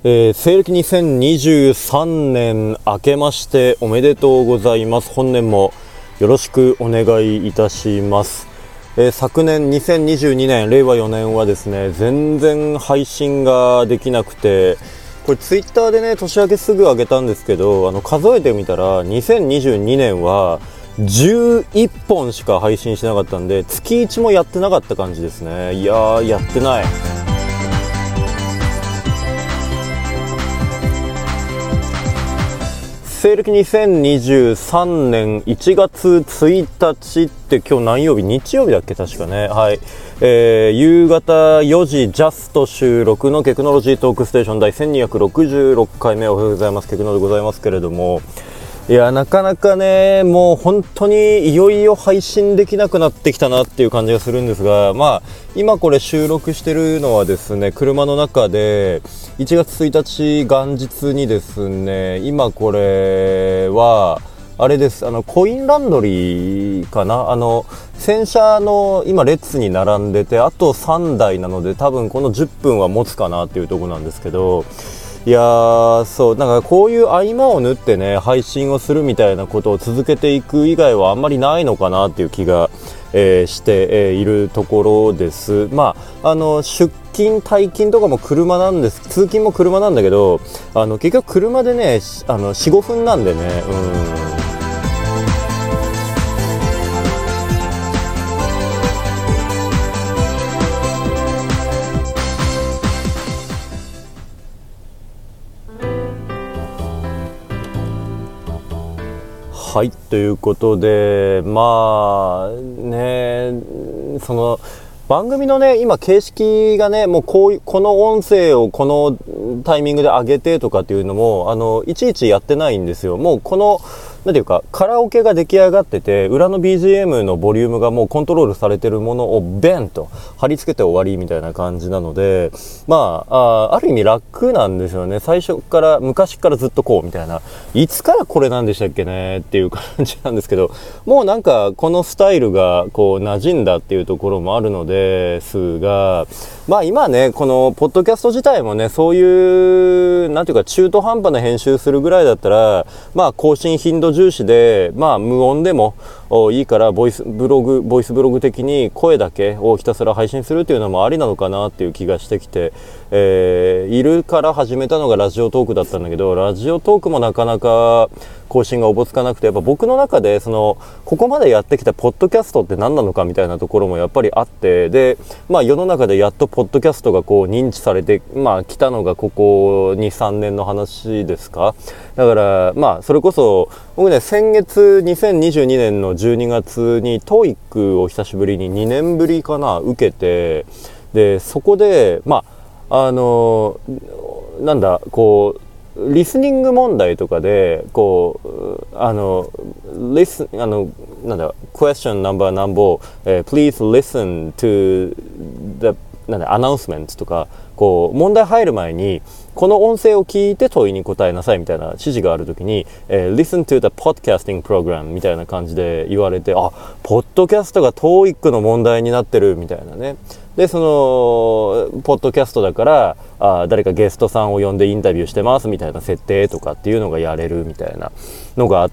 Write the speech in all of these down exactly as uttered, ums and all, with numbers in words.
えー、西暦にせんにじゅうさんねん明けましておめでとうございます。本年もよろしくお願いいたします。えー、昨年にせんにじゅうにねんれいわよねんはですね、全然配信ができなくて、これツイッターでね年明けすぐ上げたんですけど、あの数えてみたらにせんにじゅうにねんはじゅういっぽんしか配信しなかったんで、月いちもやってなかった感じですね。いやーやってない。西暦にせんにじゅうさんねんいちがつついたちって今日何曜日？日曜日だっけ確かね。はい、えー、夕方よじジャスト収録のテクノロジートークステーション第せんにひゃくろくじゅうろっかいめ、おはようございます。テクノでございますけれども、いやなかなかねもう本当にいよいよ配信できなくなってきたなっていう感じがするんですが、まあ今これ収録してるのはですね、車の中でいちがつついたち元日にですね、今これはあれです、あのコインランドリーかな、あの洗車の今列に並んでて、あとさんだいなので多分このじゅっぷんは持つかなっていうところなんですけど、いやーそうなんかこういう合間を縫ってね配信をするみたいなことを続けていく以外はあんまりないのかなっていう気が、えー、して、えー、いるところです。まああの出勤退勤とかも車なんです、通勤も車なんだけど、あの結局車でねあの よん、ごふんなんでね、うんはい、ということで、まあね、その番組のね今形式がねもうこういうこの音声をこのタイミングで上げてとかっていうのもあのいちいちやってないんですよ。もうこのなんていうかカラオケが出来上がってて、裏の ビージーエム のボリュームがもうコントロールされてるものをベンと貼り付けて終わりみたいな感じなので、まあ あ, ある意味楽なんですよね。最初から昔からずっとこうみたいな、いつからこれなんでしたっけねっていう感じなんですけど、もうなんかこのスタイルがこう馴染んだっていうところもあるのですが、まあ今ねこのポッドキャスト自体もねそういうなんていうか中途半端な編集するぐらいだったら、まあ更新頻度重視で、まあ無音でもいいからボイスブログボイスブログ的に声だけをひたすら配信するっていうのもありなのかなっていう気がしてきて、えー、いるから始めたのがラジオトークだったんだけど、ラジオトークもなかなか更新がおぼつかなくて、やっぱ僕の中でそのここまでやってきたポッドキャストって何なのかみたいなところもやっぱりあって、で、まあ、世の中でやっとポッドキャストがこう認知されて、まあ、来たのがここにさんねんの話ですか。だからまあそれこそ僕ね先月にせんにじゅうにねんのじゅうにがつに トーイック を久しぶりににねんぶりかな受けて、でそこでまああのなんだこうリスニング問題とかでこうあのリスあのなんだ question number なんぼ、えー、please listen to the なんだアナウンスメントとか、こう問題入る前にこの音声を聞いて問いに答えなさいみたいな指示があるときに、えー、listen to the podcasting program みたいな感じで言われて、あ、ポッドキャストが トーイック の問題になってるみたいなね。でそのポッドキャストだからあ誰かゲストさんを呼んでインタビューしてますみたいな設定とかっていうのがやれるみたいなのがあって、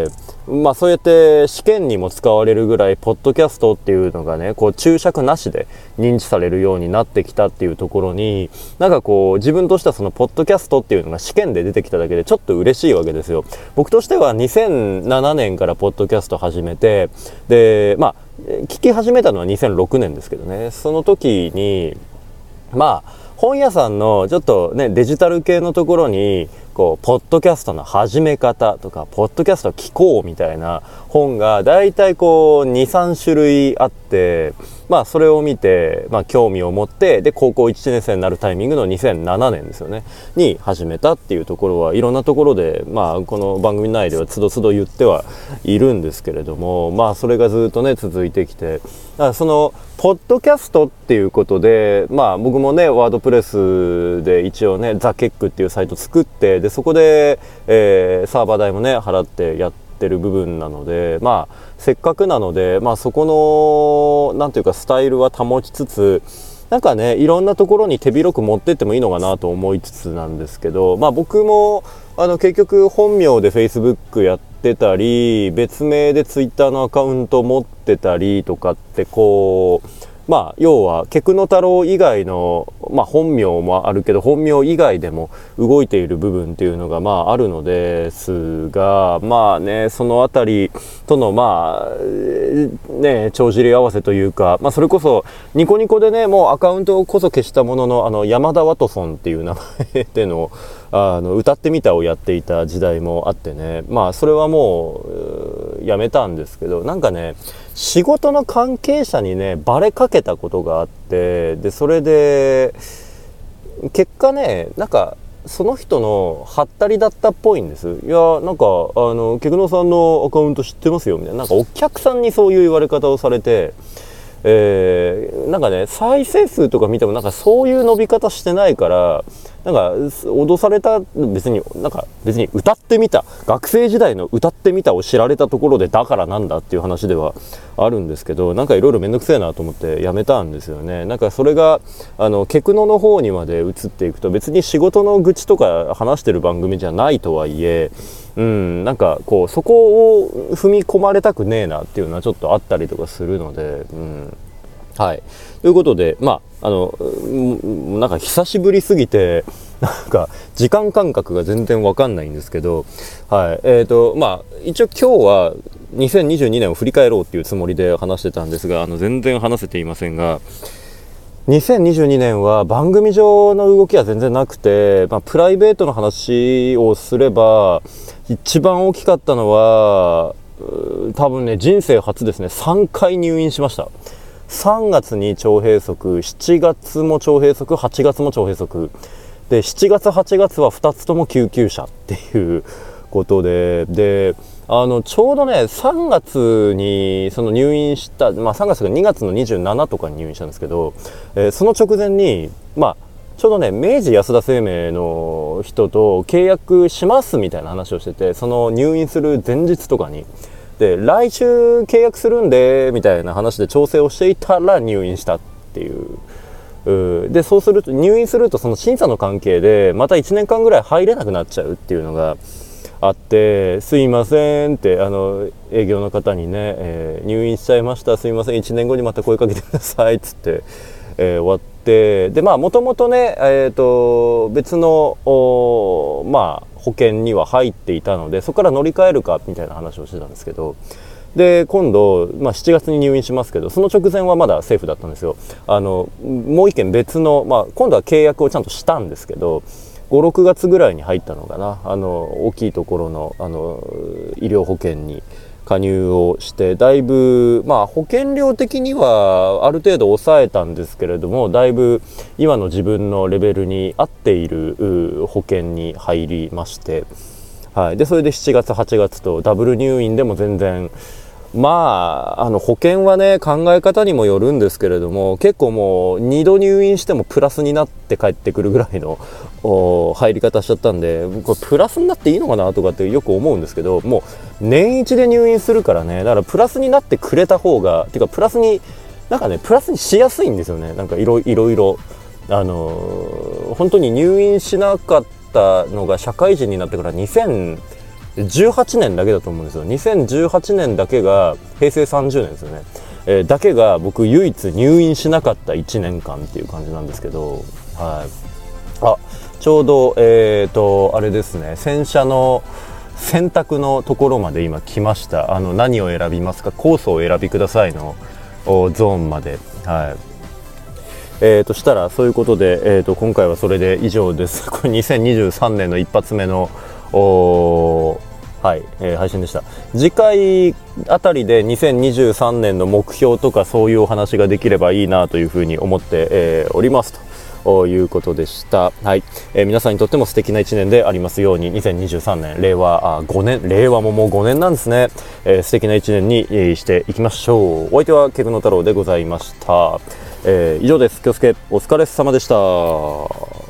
まあそうやって試験にも使われるぐらいポッドキャストっていうのがねこう注釈なしで認知されるようになってきたっていうところに、なんかこう自分としてはそのポッドキャストっていうのが試験で出てきただけでちょっと嬉しいわけですよ。僕としてはにせんななねんからポッドキャスト始めて、でまあ聞き始めたのはにせんろくねんですけどね、その時にまあ本屋さんのちょっとねデジタル系のところにこうポッドキャストの始め方とかポッドキャスト聞こうみたいな本がだいたいこう にさんしゅるいあって、まあそれを見て、まあ、興味を持って、で高校いちねん生になるタイミングのにせんななねんですよねに始めたっていうところはいろんなところで、まあこの番組内ではつどつど言ってはいるんですけれども、まあそれがずっとね続いてきて、だからそのポッドキャストっていうことで、まあ僕もねワードプレスで一応ねザケックっていうサイト作って、でそこで、えー、サーバー代もね払ってやってる部分なので、まあせっかくなので、まあそこのなんていうかスタイルは保ちつつ、 なんかねいろんなところに手広く持ってってもいいのかなと思いつつなんですけど、まあ僕もあの結局本名で Facebook やってたり別名で Twitter のアカウント持ってたりとかってこうまあ要はケクノ太郎以外の、まあ、本名もあるけど本名以外でも動いている部分っていうのがまああるのですが、まあねそのあたりとのまあね帳尻合わせというか、まあそれこそニコニコでねもうアカウントこそ消したもののあの山田ワトソンっていう名前でのあの歌ってみたをやっていた時代もあってね、まあそれはもうやめたんですけど、なんかね仕事の関係者にねバレかけたことがあって、でそれで結果ねなんかその人のハったりだったっぽいんです。いやなんかあのケクノさんのアカウント知ってますよみたいな、なんかお客さんにそういう言われ方をされて、えー、なんかね再生数とか見てもなんかそういう伸び方してないから、なんか脅された、別になんか別に歌ってみた学生時代の歌ってみたを知られたところでだからなんだっていう話ではあるんですけど、なんかいろいろめんどくせえなと思ってやめたんですよね。なんかそれがあのケクノの方にまで移っていくと別に仕事の愚痴とか話してる番組じゃないとはいえ、うん、なんかこうそこを踏み込まれたくねえなっていうのはちょっとあったりとかするので、うん、はいということで、まああのなんか久しぶりすぎてなんか時間感覚が全然わかんないんですけど、はいえーとまあ一応今日はにせんにじゅうにねんを振り返ろうっていうつもりで話してたんですが、あの全然話せていませんが、にせんにじゅうにねんは番組上の動きは全然なくて、まあ、プライベートの話をすれば一番大きかったのは多分ね人生初ですね、さんかい入院しました。さんがつに腸閉塞、しちがつも腸閉塞、はちがつも腸閉塞で、しちがつはちがつはふたつとも救急車っていうことで、であのちょうどねさんがつにその入院した、まあ、さんがつがにがつのにじゅうしちとかに入院したんですけど、えー、その直前にまあちょうどね明治安田生命の人と契約しますみたいな話をしてて、その入院する前日とかにで来週契約するんでみたいな話で調整をしていたら入院したっていう。でそうすると入院するとその審査の関係でまたいちねんかんぐらい入れなくなっちゃうっていうのがあって、すいませんってあの営業の方にね、えー、入院しちゃいました、すいませんいちねんごにまた声かけてくださいっつって、えー、終わって、でまあもともとね、えー、と別のまあ保険には入っていたのでそこから乗り換えるかみたいな話をしてたんですけど、で今度、まあ、しちがつに入院しますけどその直前はまだセーフだったんですよ。あのもう一件別の、まあ、今度は契約をちゃんとしたんですけどごろくがつぐらいに入ったのかな、あの大きいところの、あの医療保険に加入をしてだいぶ、まあ、保険料的にはある程度抑えたんですけれどもだいぶ今の自分のレベルに合っている保険に入りまして、はい、でそれでしちがつはちがつとダブル入院でも全然まああの保険はね考え方にもよるんですけれども結構もうにど入院してもプラスになって帰ってくるぐらいの入り方しちゃったんで、これプラスになっていいのかなとかってよく思うんですけど、もう年一で入院するからね、だからプラスになってくれた方がていうかプラスになんかねプラスにしやすいんですよね。なんかいろいろいろあの本当に入院しなかったのが社会人になってからにせんじゅうはちねんだけだと思うんですよ。にせんじゅうはちねんだけがへいせいさんじゅうねんですよね、えー、だけが僕唯一入院しなかったいちねんかんっていう感じなんですけど、はい、あちょうどえーとあれですね、洗車の選択のところまで今来ました。あの何を選びますか、コースをお選びくださいのゾーンまで、はいえーとしたらそういうことで、えーと今回はそれで以上です。これにせんにじゅうさんねんの一発目のおはい、えー、配信でした。次回あたりでにせんにじゅうさんねんの目標とかそういうお話ができればいいなというふうに思って、えー、おりますということでした。はい、えー、皆さんにとっても素敵ないちねんでありますように、にせんにじゅうさんねん令和あごねん令和ももうごねんなんですね、えー、素敵ないちねんに、えー、していきましょう。お相手はケクノ太郎でございました。えー、以上です。気をつけお疲れ様でした。